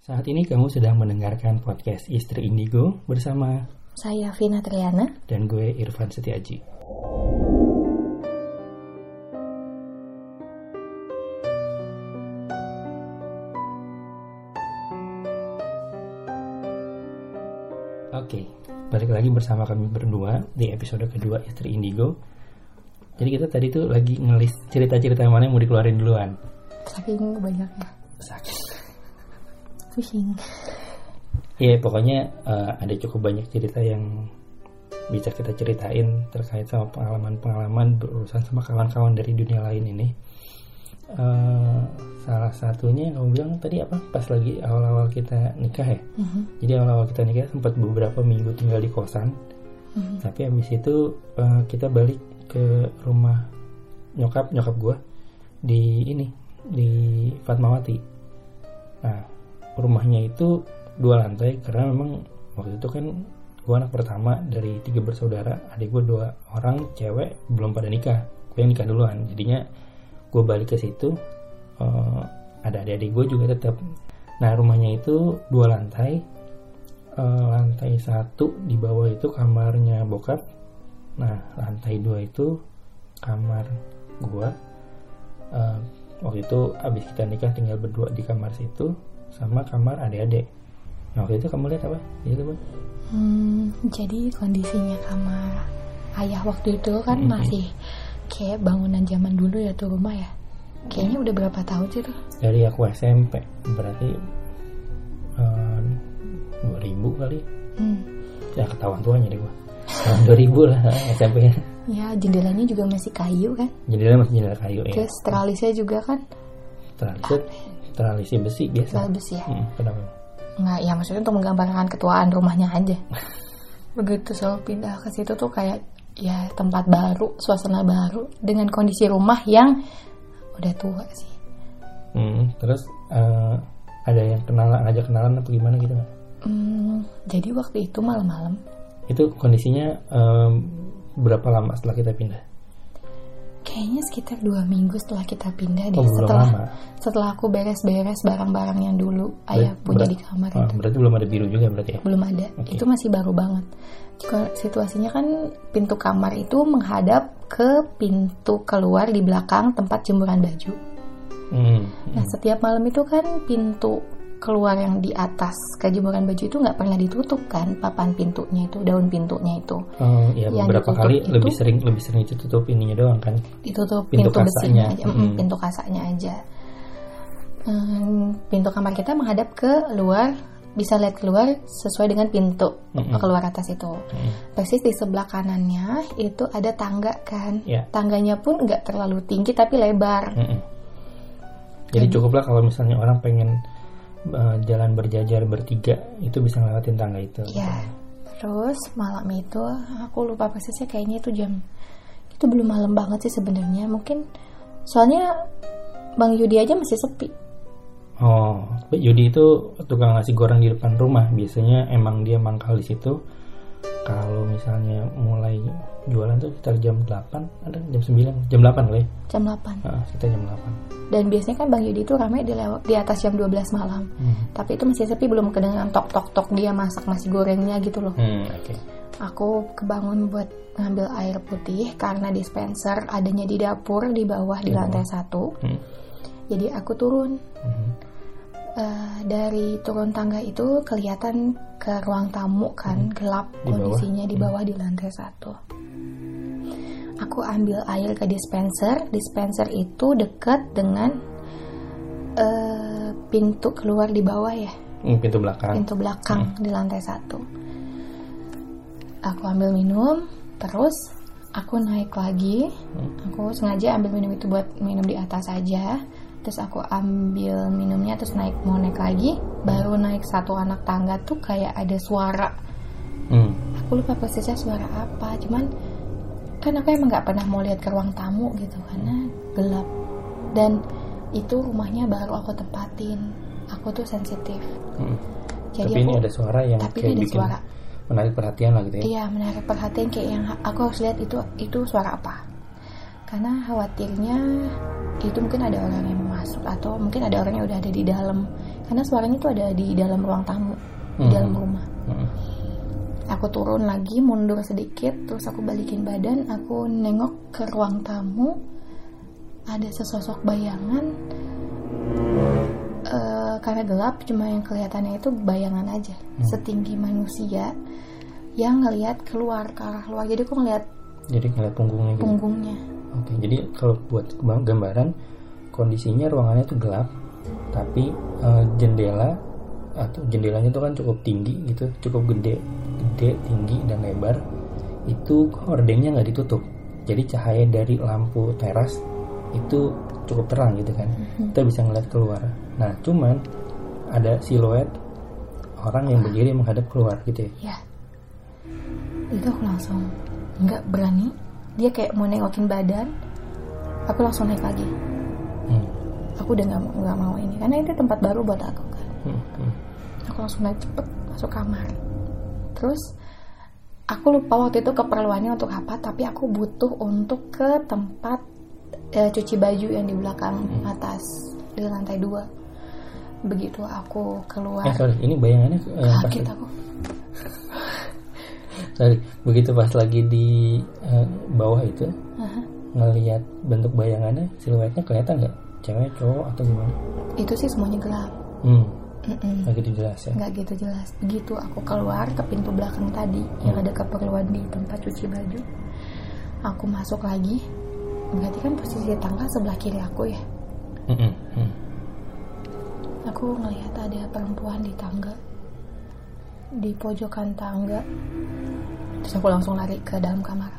Saat ini kamu sedang mendengarkan podcast Istri Indigo bersama saya Vina Triana dan gue Irfan Setiaji. Oke, balik lagi bersama kami berdua di episode kedua Istri Indigo. Jadi kita tadi tuh lagi ngelis cerita-cerita yang mana yang mau dikeluarin duluan. Saking banyaknya. Saking pusing. Iya, pokoknya ada cukup banyak cerita yang bisa kita ceritain terkait sama pengalaman-pengalaman berurusan sama kawan-kawan dari dunia lain ini. Salah satunya yang kamu bilang tadi apa? Pas lagi awal-awal kita nikah ya. Jadi awal-awal kita nikah sempat beberapa minggu tinggal di kosan. Tapi habis itu kita balik ke rumah nyokap gue di Fatmawati. Nah, rumahnya itu 2 lantai karena memang waktu itu kan gue anak pertama dari 3 bersaudara. Adik gue 2 orang cewek belum pada nikah. Gue yang nikah duluan. Jadinya gue balik ke situ. Ada adik gue juga tetap. Nah, rumahnya itu 2 lantai. Lantai 1 di bawah itu kamarnya bokap. Nah, lantai 2 itu kamar gue. Waktu itu abis kita nikah tinggal berdua di kamar situ sama kamar adik-adik. Nah, waktu itu kamu lihat apa? Itu Bang? Jadi kondisinya kamar ayah waktu itu kan masih kayak bangunan zaman dulu ya tuh rumah ya. Kayaknya udah berapa tahun sih tuh? Dari aku SMP, berarti 2000 kali. Ya ketahuan tuanya deh gue. Tahun 2000 lah SMP. Ya, jendelanya juga masih kayu kan? Jendelanya masih jendela kayu ya. Terus tralisnya juga kan? Tralisnya besi biasa. Besi ya? Kenapa? Nggak, ya maksudnya untuk menggambarkan ketuaan rumahnya aja. Begitu selalu pindah ke situ tuh kayak ya tempat baru, suasana baru dengan kondisi rumah yang udah tua sih. Terus ada yang ngajak kenalan apa gimana gitu nggak? Jadi waktu itu malam-malam. Itu kondisinya berapa lama setelah kita pindah? Kayaknya sekitar 2 minggu setelah kita pindah deh. Setelah aku beres-beres barang-barang yang dulu ayah punya di kamar itu. Berarti belum ada biru juga berarti ya? Belum ada. Okay. Itu masih baru banget. Situasinya kan pintu kamar itu menghadap ke pintu keluar di belakang tempat jemuran baju. Nah, setiap malam itu kan pintu keluar yang di atas kejemuran baju itu nggak pernah ditutup kan, papan pintunya itu, daun pintunya itu. Iya, beberapa kali itu, lebih sering ditutup ininya doang kan. Ditutup pintu besinya aja, pintu kasanya aja. Pintu kamar kita menghadap ke luar, bisa lihat keluar sesuai dengan pintu keluar atas itu. Persis di sebelah kanannya itu ada tangga kan. Tangganya pun nggak terlalu tinggi tapi lebar. Jadi cukuplah kalau misalnya orang pengen jalan berjajar bertiga itu bisa ngelewatin tangga itu. Iya. Terus malam itu aku lupa persisnya, kayaknya itu belum malam banget sih sebenarnya. Mungkin soalnya Bang Yudi aja masih sepi. Oh, Yudi itu tukang nasi goreng di depan rumah. Biasanya emang dia mangkal di situ. Kalau misalnya mulai jualan tuh sekitar jam 8, ada jam 9, jam 8 lah ya. Jam 8. Sekitar jam 8. Dan biasanya kan Bang Yudi itu ramai di atas jam 12 malam. Tapi itu masih sepi, belum kedengeran tok-tok-tok dia masak nasi gorengnya gitu loh. Okay. Aku kebangun buat ngambil air putih karena dispenser adanya di dapur di bawah di lantai 1. Jadi aku turun. Dari turun tangga itu kelihatan ke ruang tamu kan, gelap kondisinya di bawah di lantai 1. Aku ambil air ke dispenser itu dekat dengan pintu keluar di bawah ya. Pintu belakang di lantai 1. Aku ambil minum, terus aku naik lagi. Aku sengaja ambil minum itu buat minum di atas aja. Terus aku ambil minumnya, terus mau naik lagi. Baru naik 1 anak tangga tuh kayak ada suara. Aku lupa persisnya suara apa, cuman kan aku emang gak pernah mau lihat ke ruang tamu gitu karena gelap. Dan itu rumahnya baru aku tempatin. Aku tuh sensitif. Jadi tapi ini ada suara yang kayak bikin menarik perhatian lah gitu ya. Iya, menarik perhatian, kayak yang aku harus lihat itu suara apa. Karena khawatirnya itu mungkin ada orang yang masuk atau mungkin ada orang yang udah ada di dalam, karena suaranya tuh ada di dalam ruang tamu, di dalam rumah. Aku turun lagi, mundur sedikit, terus aku balikin badan, aku nengok ke ruang tamu, ada sesosok bayangan. Karena gelap, cuma yang kelihatannya itu bayangan aja, setinggi manusia yang ngelihat keluar ke arah luar. Jadi aku ngelihat punggungnya gitu. Punggungnya. Oke, jadi kalau buat gambaran, kondisinya ruangannya itu gelap, tapi jendelanya itu kan cukup tinggi gitu, cukup gede, tinggi dan lebar. Itu hordengnya nggak ditutup, jadi cahaya dari lampu teras itu cukup terang gitu kan. Kita bisa ngeliat keluar. Nah, cuman ada siluet orang yang berdiri menghadap keluar gitu ya. Itu aku langsung nggak berani. Dia kayak mau nengokin badan, aku langsung naik lagi. Aku udah nggak mau ini, karena itu tempat baru buat aku kan. Aku langsung naik cepet masuk kamar. Terus aku lupa waktu itu keperluannya untuk apa, tapi aku butuh untuk ke tempat cuci baju yang di belakang atas, di lantai 2. Begitu aku keluar, ini bayangannya kaget aku. Begitu pas lagi di bawah itu, ngelihat bentuk bayangannya, siluetnya kelihatan nggak? Cewek, cowok atau gimana? Itu sih semuanya gelap. Nggak gitu jelas ya? Nggak gitu jelas. Begitu aku keluar ke pintu belakang tadi yang ada keperluan di tempat cuci baju, aku masuk lagi. Berarti kan posisi tangga sebelah kiri aku ya. Aku ngelihat ada perempuan di tangga, di pojokan tangga. Terus aku langsung lari ke dalam kamar.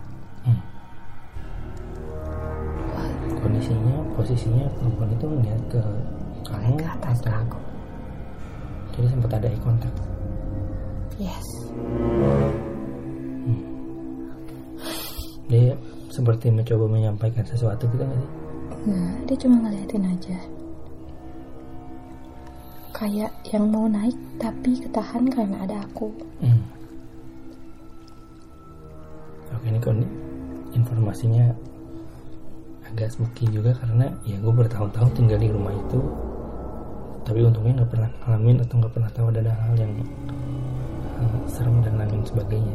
Posisinya perempuan itu ngeliat ke kamu ke atas atau aku. Jadi sempat ada eye contact. Yes. Dia seperti mencoba menyampaikan sesuatu gitu nggak sih? Nggak, dia cuma ngeliatin aja. Kayak yang mau naik tapi ketahan karena ada aku. Oke, ini informasinya agak spooky juga, karena ya gue bertahun-tahun tinggal di rumah itu, tapi untungnya nggak pernah ngalamin atau nggak pernah tahu ada hal yang serem dan lain sebagainya.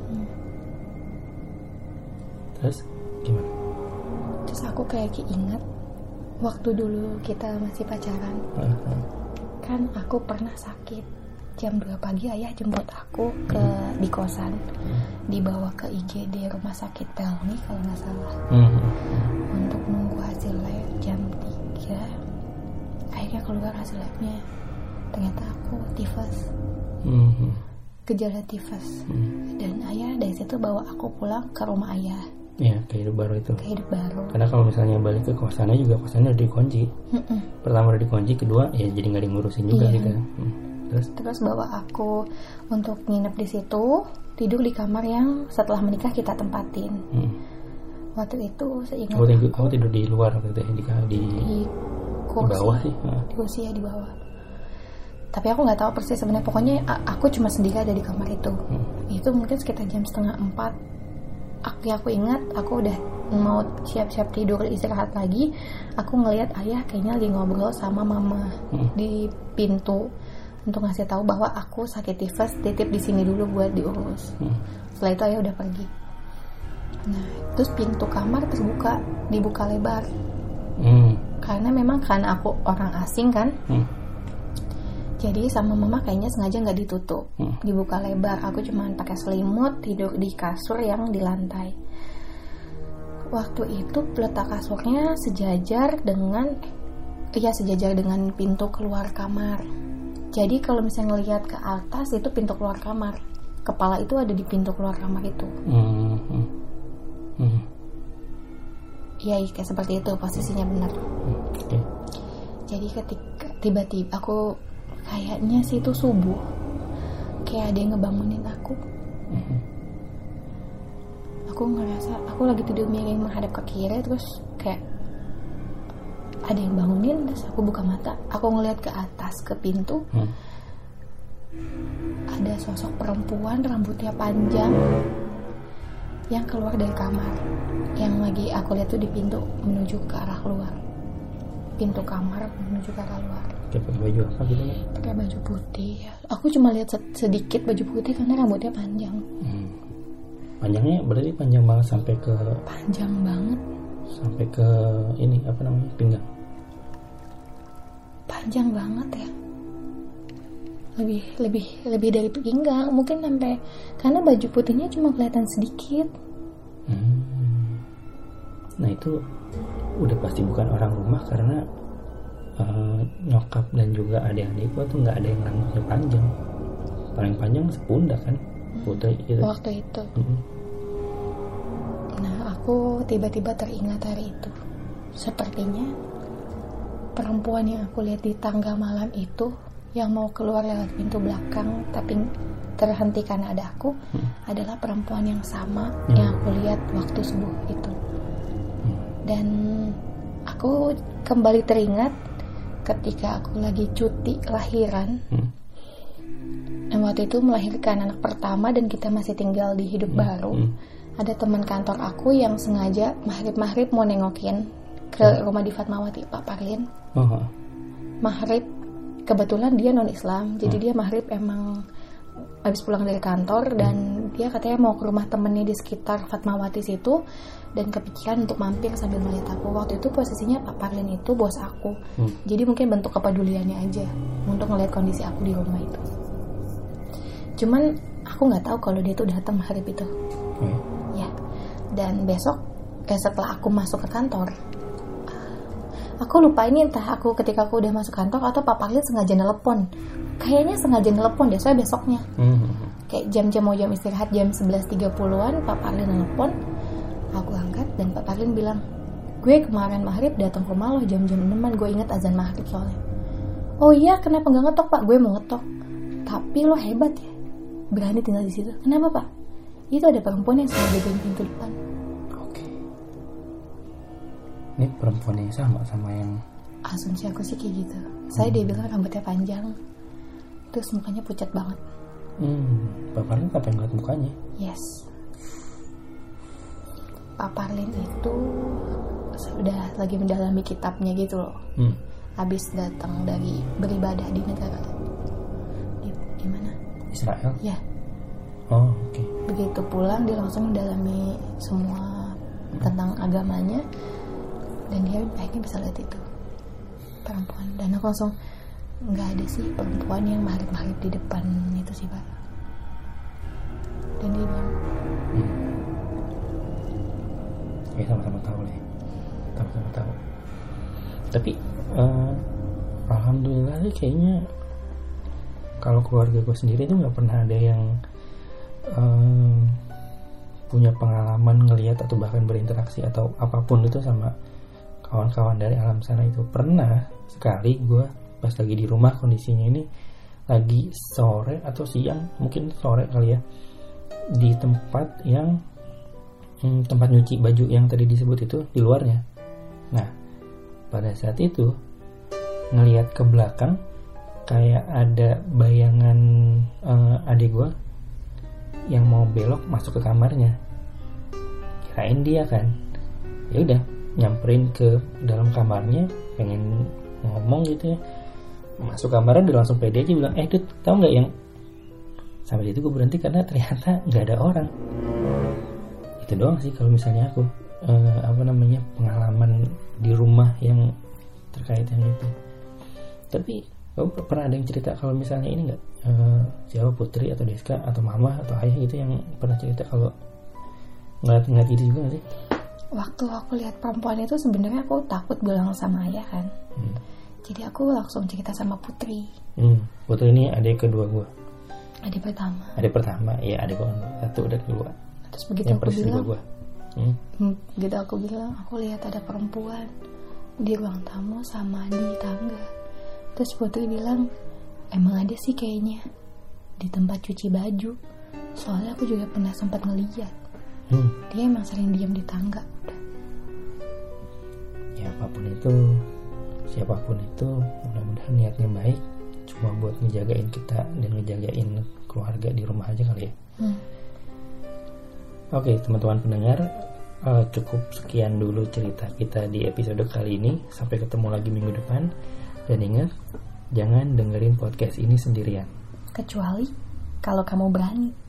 Terus gimana? Terus aku kayak keinget waktu dulu kita masih pacaran. Kan aku pernah sakit. Jam 2 pagi ayah jemput aku di kosan, dibawa ke IGD Rumah Sakit Pelni kalau nggak salah, untuk nunggu hasil lab. Jam 3 akhirnya keluar hasil labnya, ternyata aku tifus, gejala tifus. Dan ayah dari situ bawa aku pulang ke rumah ayah. Ya, ke hidup baru itu. Ke hidup baru. Karena kalau misalnya balik ke kosannya juga, kosannya udah dikunci. Pertama udah dikunci, kedua ya jadi nggak ngurusin juga gitu. Terus bawa aku untuk nginep di situ, tidur di kamar yang setelah menikah kita tempatin. Waktu itu seingat aku tidur di luar waktu itu, di bawah sih. Di kursi ya, di bawah. Tapi aku nggak tahu persis sebenarnya. Pokoknya aku cuma sendiri ada di kamar itu. Itu mungkin sekitar jam 3:30. Aku ingat aku udah mau siap-siap tidur istirahat lagi. Aku ngelihat ayah kayaknya lagi ngobrol sama mama di pintu untuk ngasih tahu bahwa aku sakit tifus, titip di sini dulu buat diurus. Setelah itu ayah udah pergi. Nah, terus pintu kamar terbuka, dibuka lebar. Karena aku orang asing kan. Jadi sama mama kayaknya sengaja nggak ditutup, dibuka lebar. Aku cuma pakai selimut, tidur di kasur yang di lantai. Waktu itu letak kasurnya sejajar dengan pintu keluar kamar. Jadi kalau misalnya ngelihat ke atas itu pintu keluar kamar, kepala itu ada di pintu keluar kamar itu. Iya, kayak seperti itu posisinya, benar. Jadi ketika tiba-tiba aku kayaknya sih itu subuh, kayak ada yang ngebangunin aku. Aku ngerasa aku lagi tidur miring menghadap ke kiri, terus kayak ada yang bangunin. Terus aku buka mata, aku ngeliat ke atas ke pintu. Ada sosok perempuan rambutnya panjang yang keluar dari kamar, yang lagi aku lihat tuh di pintu menuju ke arah keluar. pintu kamar menuju ke arah luar. Pakai baju apa gitu ya? Pakai baju putih. Aku cuma lihat sedikit baju putih karena rambutnya panjang. Panjangnya berarti panjang banget sampai ke. Panjang banget. Sampai ke ini apa namanya, pinggang. Panjang banget ya. Lebih dari pinggang, mungkin sampai, karena baju putihnya cuma kelihatan sedikit. Nah itu udah pasti bukan orang rumah karena nyokap dan juga adik-adik gua tuh nggak ada yang rambutnya panjang, paling panjang sepundak kan, putri gitu. Waktu itu. Nah aku tiba-tiba teringat hari itu, sepertinya perempuan yang aku lihat di tangga malam itu yang mau keluar lewat pintu belakang tapi terhenti karena ada aku, adalah perempuan yang sama yang aku lihat waktu subuh itu. Dan aku kembali teringat ketika aku lagi cuti lahiran. Dan waktu itu melahirkan anak pertama dan kita masih tinggal di hidup baru. Ada teman kantor aku yang sengaja maghrib mau nengokin ke rumah di Fatmawati, Pak Parlin. Maghrib, kebetulan dia non-Islam, jadi dia maghrib emang habis pulang dari kantor dan dia katanya mau ke rumah temennya di sekitar Fatmawati situ dan kepikiran untuk mampir sambil melihat aku. Waktu itu posisinya Pak Parlin itu bos aku, jadi mungkin bentuk kepeduliannya aja untuk ngelihat kondisi aku di rumah itu. Cuman aku nggak tahu kalau dia tuh datang maghrib itu. Ya, dan besok setelah aku masuk ke kantor, aku lupa ini entah aku ketika aku udah masuk kantor atau Pak Parlin sengaja nelepon. Kayaknya sengaja nelepon deh, soalnya besoknya kayak jam-jam mau jam istirahat jam 11.30an Pak Parlin nelepon. Aku angkat dan Pak Parlin bilang, gue kemarin maghrib datang ke rumah lo jam-jam 6an, gue inget azan maghrib soalnya. Oh iya, kenapa gak ngetok Pak? Gue mau ngetok. Tapi lo hebat ya, berani tinggal di situ. Kenapa Pak? Itu ada perempuan yang sengaja jagain pintu depan. Oke. Ini perempuan yang sama yang asumsi aku sih kayak gitu. Saya dia bilang rambutnya panjang, terus mukanya pucat banget. Pak Parlin sampai ngeliat mukanya? Yes. Pak Parlin itu sudah lagi mendalami kitabnya gitu loh. Habis datang dari beribadah di negara di mana? Israel? Ya. Oh, oke. Begitu pulang dia langsung mendalami semua tentang agamanya dan dia akhirnya bisa lihat itu perempuan. Dan aku langsung, nggak ada sih perempuan yang maghrib-maghrib di depan itu sih Pak. Dan dia bilang, ya sama-sama tahu lah ya. Sama-sama tahu. Tapi alhamdulillah sih kayaknya kalau keluarga gue sendiri tuh nggak pernah ada yang punya pengalaman ngelihat atau bahkan berinteraksi atau apapun itu sama kawan-kawan dari alam sana itu. Pernah sekali gue pas lagi di rumah, kondisinya ini lagi sore atau siang, mungkin sore kali ya, di tempat yang tempat nyuci baju yang tadi disebut itu di luarnya. Nah pada saat itu ngelihat ke belakang kayak ada bayangan adik gue yang mau belok masuk ke kamarnya. Kirain dia kan, ya udah nyamperin ke dalam kamarnya pengen ngomong gitu ya. Masuk kamarnya udah langsung pede aja bilang, Dut, tahu nggak yang sampai situ gue berhenti karena ternyata nggak ada orang. Itu doang sih kalau misalnya aku pengalaman di rumah yang terkait yang itu. Tapi pernah ada yang cerita kalau misalnya ini nggak, siapa Putri atau Deska atau Mama atau Ayah gitu yang pernah cerita kalau ngeliat gitu juga nggak sih? Waktu aku lihat perempuan itu sebenarnya aku takut bilang sama Ayah kan. Jadi aku langsung cerita sama Putri. Putri ini adik kedua gue. Adik pertama. Adik pertama, ya adik gue satu udah kedua. Terus begitu yang aku bilang, gitu aku bilang, aku lihat ada perempuan di ruang tamu sama di tangga. Terus Putri bilang, emang ada sih kayaknya di tempat cuci baju. Soalnya aku juga pernah sempat ngeliat. Dia emang sering diam di tangga. Ya apapun itu, siapapun itu, mudah-mudahan niatnya baik, cuma buat ngejagain kita dan ngejagain keluarga di rumah aja kali ya. Oke, teman-teman pendengar, cukup sekian dulu cerita kita di episode kali ini. Sampai ketemu lagi minggu depan. Dan ingat, jangan dengerin podcast ini sendirian. Kecuali kalau kamu berani.